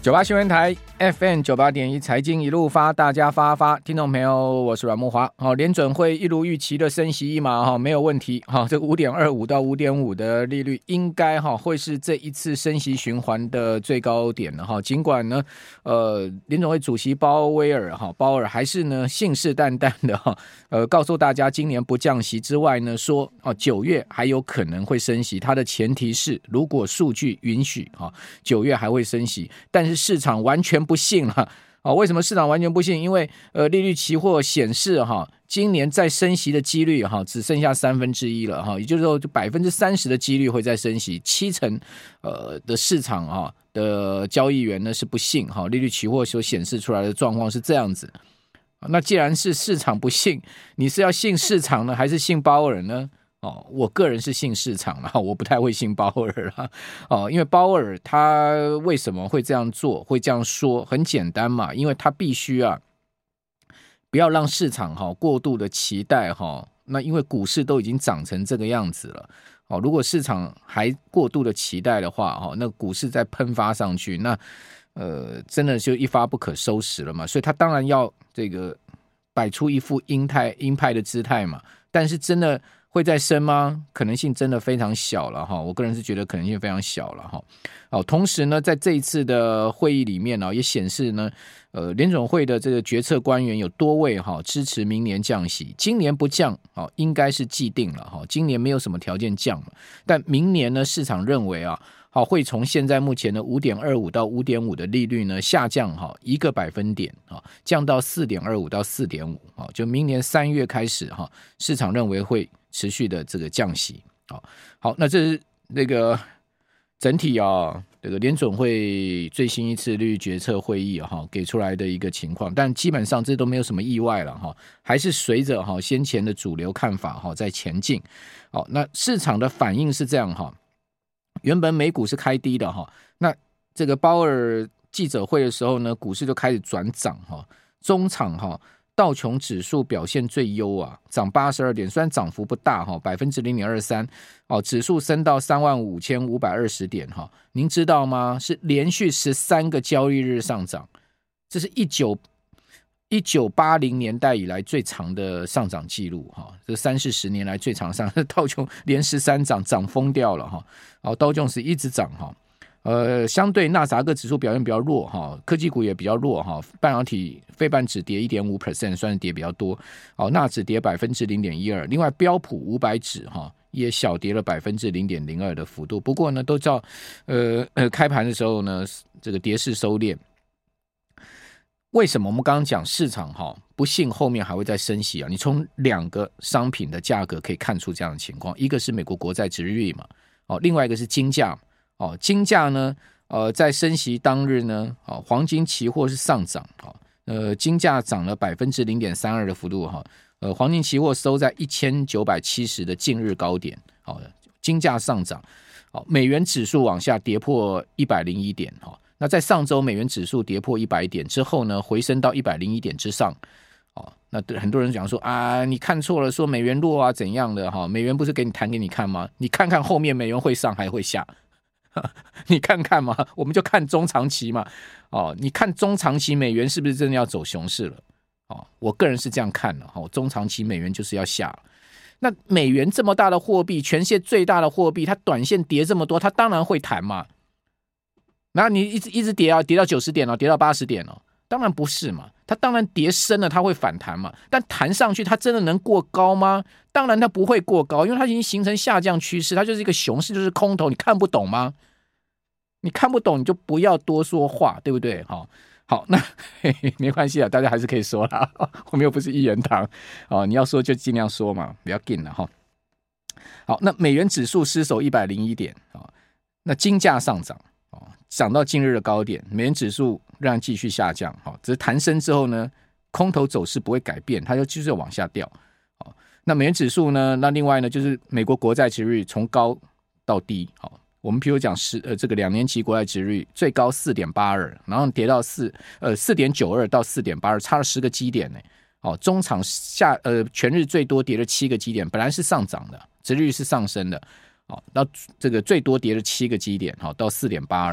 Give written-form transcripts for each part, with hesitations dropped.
98新闻台 FM 98.1财经一路发，大家发，听众朋友，我是阮慕骅。联准会一如预期的升息1码，没有问题。这个 5.25 到 5.5 的利率应该会是这一次升息循环的最高点了。尽管呢，联准会主席鲍威尔还是呢信誓旦旦的告诉大家今年不降息之外呢，说9月还有可能会升息，它的前提是如果数据允许9月还会升息，但是市场完全不信了。为什么市场完全不信？因为利率期货显示今年再升息的几率只剩下1/3了也就是说30%的几率会再升息，70%的市场的交易员呢是不信利率期货所显示出来的状况是这样子。那既然是市场不信，你是要信市场呢，还是信鲍尔呢？我个人是信市场啦，我不太会信鲍尔啦。因为鲍尔他为什么会这样做，会这样说？很简单嘛，因为他必须不要让市场过度的期待那因为股市都已经涨成这个样子了如果市场还过度的期待的话那股市再喷发上去，那真的就一发不可收拾了嘛。所以他当然要这个摆出一副鹰派的姿态嘛，但是真的会再升吗？可能性真的非常小了我个人是觉得可能性非常小了同时呢，在这一次的会议里面也显示呢，联准会的这个决策官员有多位支持明年降息，今年不降应该是既定了今年没有什么条件降，但明年呢，市场认为会从现在目前的 5.25 到 5.5 的利率呢下降1个百分点降到 4.25 到 4.5 就明年3月开始市场认为会持续的这个降息。好，那这是那个整体这个联准会最新一次利率决策会议给出来的一个情况，但基本上这都没有什么意外了还是随着先前的主流看法在前进。那市场的反应是这样原本美股是开低的那这个鲍尔记者会的时候呢，股市就开始转涨中场道琼指数表现最优涨82点，虽然涨幅不大0.23%指数升到35,520点您知道吗？是连续13个交易日上涨，这是1980年代以来最长的上涨记录这30-40年来最长上，道琼连13涨疯掉了道琼斯一直涨相对纳斯达克指数表现比较弱科技股也比较弱半导体费半指跌 1.5%， 算是跌比较多纳指跌 0.12%， 另外标普500指也小跌了 0.02% 的幅度。不过呢，都照开盘的时候呢，这个跌势收敛。为什么我们刚刚讲市场不信后面还会再升息你从2个商品的价格可以看出这样的情况，一个是美国国债殖利率嘛另外一个是金价金价呢在升息当日呢黄金期货是上涨金价涨了 0.32% 的幅度黄金期货收在1970的近日高点金价上涨美元指数往下跌破101点那在上周美元指数跌破100点之后呢，回升到101点之上那很多人讲说你看错了，说美元弱怎样的美元不是给你弹给你看吗？你看看后面美元会上还会下你看看嘛，我们就看中长期嘛你看中长期美元是不是真的要走熊市了我个人是这样看的中长期美元就是要下。那美元这么大的货币，全世界最大的货币，它短线跌这么多，它当然会弹嘛。然后你一直跌跌到90点跌到80点当然不是嘛，它当然跌深了它会反弹嘛，但弹上去它真的能过高吗？当然它不会过高，因为它已经形成下降趋势，它就是一个熊市，就是空头，你看不懂吗？你看不懂你就不要多说话，对不对？好，那没关系大家还是可以说啦，我们又不是一言堂你要说就尽量说嘛，不要紧啦好，那美元指数失守101点那金价上涨涨到近日的高点，美元指数让继续下降只是弹升之后呢，空头走势不会改变，它就继续往下掉那美元指数呢，那另外呢就是美国国债殖利率从高到低我们譬如讲这个2年期国债殖利率最高 4.82， 然后跌到4.92 到 4.82， 差了10个基点中场全日最多跌了7个基点，本来是上涨的，殖利率是上升的到这个最多跌了7个基点到 4.82，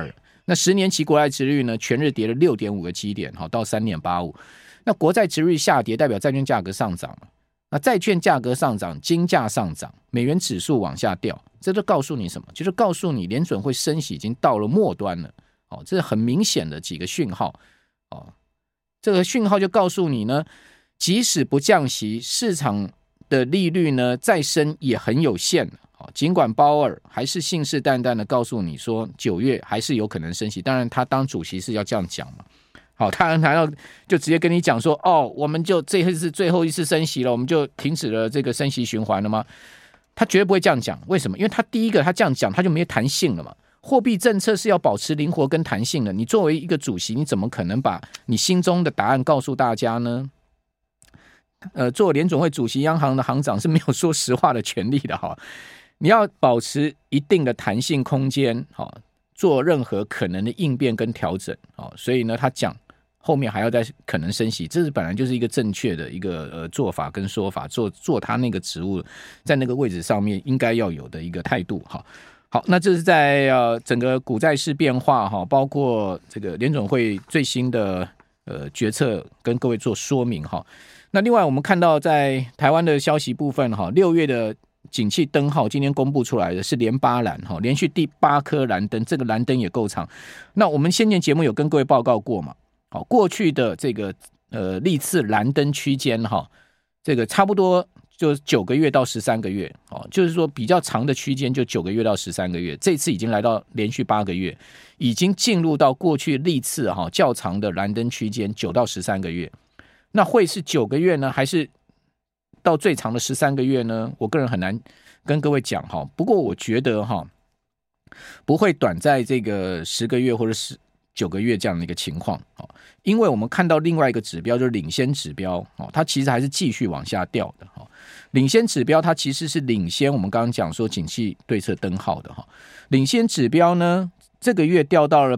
那10年期国债殖利率呢，全日跌了6.5个基点，到 3.85。那国债殖利率下跌，代表债券价格上涨嘛？那债券价格上涨，金价上涨，美元指数往下掉，这就告诉你什么？就是告诉你联准会升息已经到了末端了。这是很明显的几个讯号。这个讯号就告诉你呢，即使不降息，市场的利率呢再升也很有限。尽管鲍尔还是信誓旦旦的告诉你说9月还是有可能升息，当然他当主席是要这样讲嘛。他难道就直接跟你讲说，我们就这是最后一次升息了，我们就停止了这个升息循环了吗？他绝对不会这样讲。为什么？因为他第一个，他这样讲他就没有弹性了嘛。货币政策是要保持灵活跟弹性的，你作为一个主席，你怎么可能把你心中的答案告诉大家呢？做联准会主席、央行的行长是没有说实话的权利的哈。你要保持一定的弹性空间，做任何可能的应变跟调整。所以呢，他讲后面还要再可能升息，这是本来就是一个正确的一个做法跟说法，做他那个职务在那个位置上面应该要有的一个态度。好，那这是在整个股债市变化包括这个联准会最新的决策跟各位做说明那另外我们看到在台湾的消息部分6月的景气灯号今天公布出来的是连8蓝连续第8颗蓝灯，这个蓝灯也够长。那我们先前节目有跟各位报告过嘛，过去的这个历次蓝灯区间这个差不多就9个月到13个月，就是说比较长的区间就9个月到13个月，这次已经来到连续8个月，已经进入到过去历次较长的蓝灯区间9到13个月。那会是9个月呢，还是到最长的13个月呢？我个人很难跟各位讲不过我觉得不会短在这个10个月或者9个月这样的一个情况，因为我们看到另外一个指标就是领先指标，它其实还是继续往下掉的。领先指标它其实是领先我们刚刚讲说景气对策灯号的。领先指标呢，这个月掉到了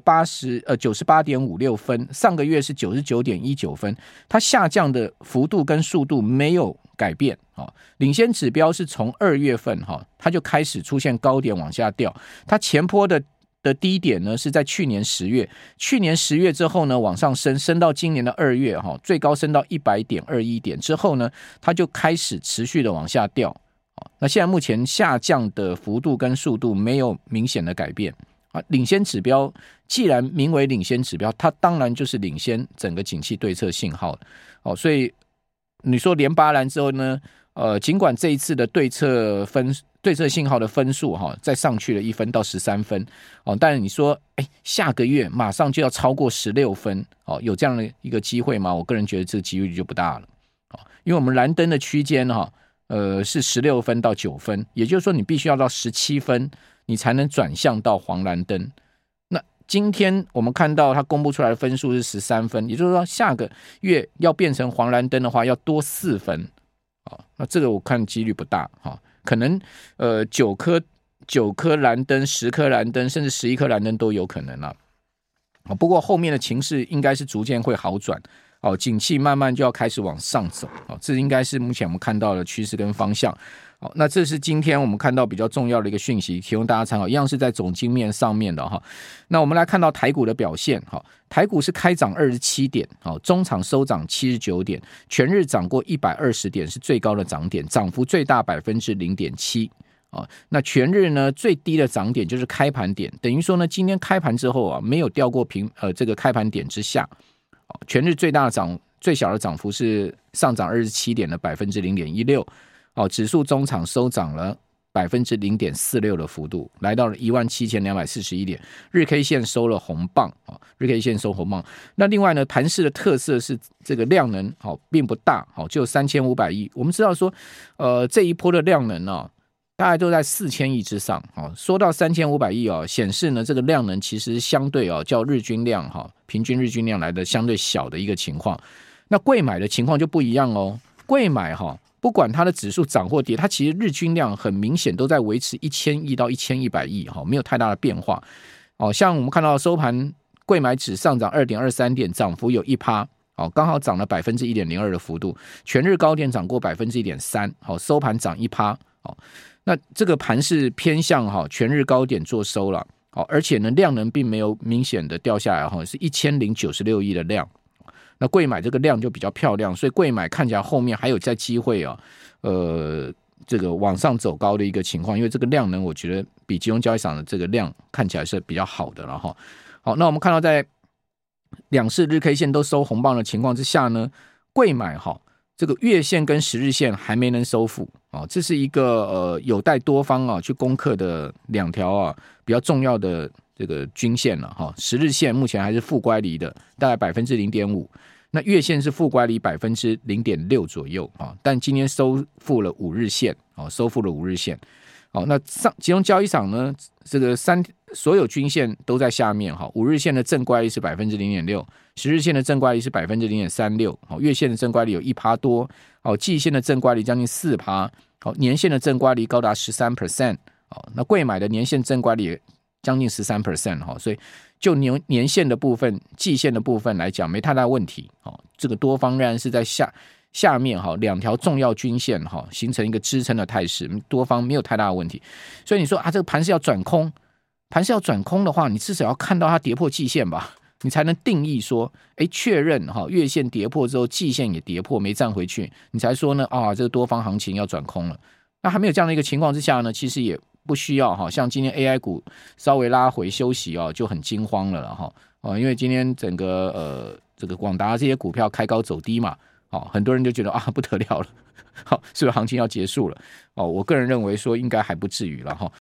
98.56分，上个月是99.19分，它下降的幅度跟速度没有改变。领先指标是从2月份它就开始出现高点往下掉，它前波的低点呢是在去年10月，去年10月之后呢往上升到今年的2月最高升到 100.21 点之后呢，它就开始持续的往下掉。那现在目前下降的幅度跟速度没有明显的改变。领先指标既然名为领先指标，它当然就是领先整个景气对策信号的。所以你说连8蓝之后呢，尽管这一次的对策信号的分数再上去了1分到13分，但是你说下个月马上就要超过16分，有这样的一个机会吗？我个人觉得这个几率就不大了。因为我们蓝灯的区间是16分到9分，也就是说你必须要到17分你才能转向到黄蓝灯。那今天我们看到它公布出来的分数是13分，也就是说下个月要变成黄蓝灯的话要多4分。那这个我看几率不大，可能9颗蓝灯、10颗蓝灯甚至11颗蓝灯都有可能啦。不过后面的情势应该是逐渐会好转，景气慢慢就要开始往上走，这应该是目前我们看到的趋势跟方向。那这是今天我们看到比较重要的一个讯息，提供大家参考，一样是在总经面上面的。那我们来看到台股的表现，台股是开涨27点，中场收涨79点，全日涨过120点，是最高的涨点，涨幅最大 0.7%。那全日呢最低的涨点就是开盘点，等于说呢今天开盘之后没有掉过这个开盘点之下。全日最小的涨幅是上涨27点的 0.16%。指数中场收涨了 0.46% 的幅度，来到了 17,241 点，日 K 线收了红棒，日 K 线收红棒。那另外呢，盘势的特色是这个量能并不大，就3500亿。我们知道说这一波的量能大概都在4000亿之上。说到3500亿显示呢这个量能其实相对较日均量平均日均量来的相对小的一个情况。那柜买的情况就不一样柜买不管它的指数涨或跌，它其实日均量很明显都在维持1000亿到1100亿，没有太大的变化。像我们看到收盘柜买指上涨 2.23 点，涨幅有 1%，刚好涨了 1.02% 的幅度，全日高点涨过 1.3%， 收盘涨 1%。那这个盘是偏向全日高点做收了。 好，而且呢量能并没有明显的掉下来哈，是1096亿的量。那贵买这个量就比较漂亮，所以贵买看起来后面还有在机会啊，这个往上走高的一个情况，因为这个量能我觉得比集中交易场的这个量看起来是比较好的了哈。好，那我们看到在两市日 K 线都收红棒的情况之下呢，贵买哈这个月线跟10日线还没能收复哦，这是一个有待多方啊去攻克的两条啊比较重要的这个均线了哈。10日线目前还是负乖离的，大概 0.5%。那月线是负乖离 0.6% 左右啊，但今天收复了5日线，收复了5日线。好，那集中交易场呢，这个所有均线都在下面哈。5日线的正乖离是 0.6%， 10日线的正乖离是 0.36%， 月线的正乖离有 1% 多，季线的正乖离将近 4%， 年线的正乖离高达 13%， 那贵买的年线正乖离也将近 13%， 所以就年线的部分、季线的部分来讲没太大问题。这个多方仍然是在下面两条重要均线形成一个支撑的态势，多方没有太大的问题。所以你说这个盘是要转空，的话，你至少要看到它跌破季线吧，你才能定义说确认月线跌破之后季线也跌破没站回去，你才说呢这个多方行情要转空了。那还没有这样的一个情况之下呢，其实也不需要像今天 AI 股稍微拉回休息就很惊慌了因为今天整个这个广达这些股票开高走低嘛，很多人就觉得不得了了，是不是行情要结束了？我个人认为说应该还不至于了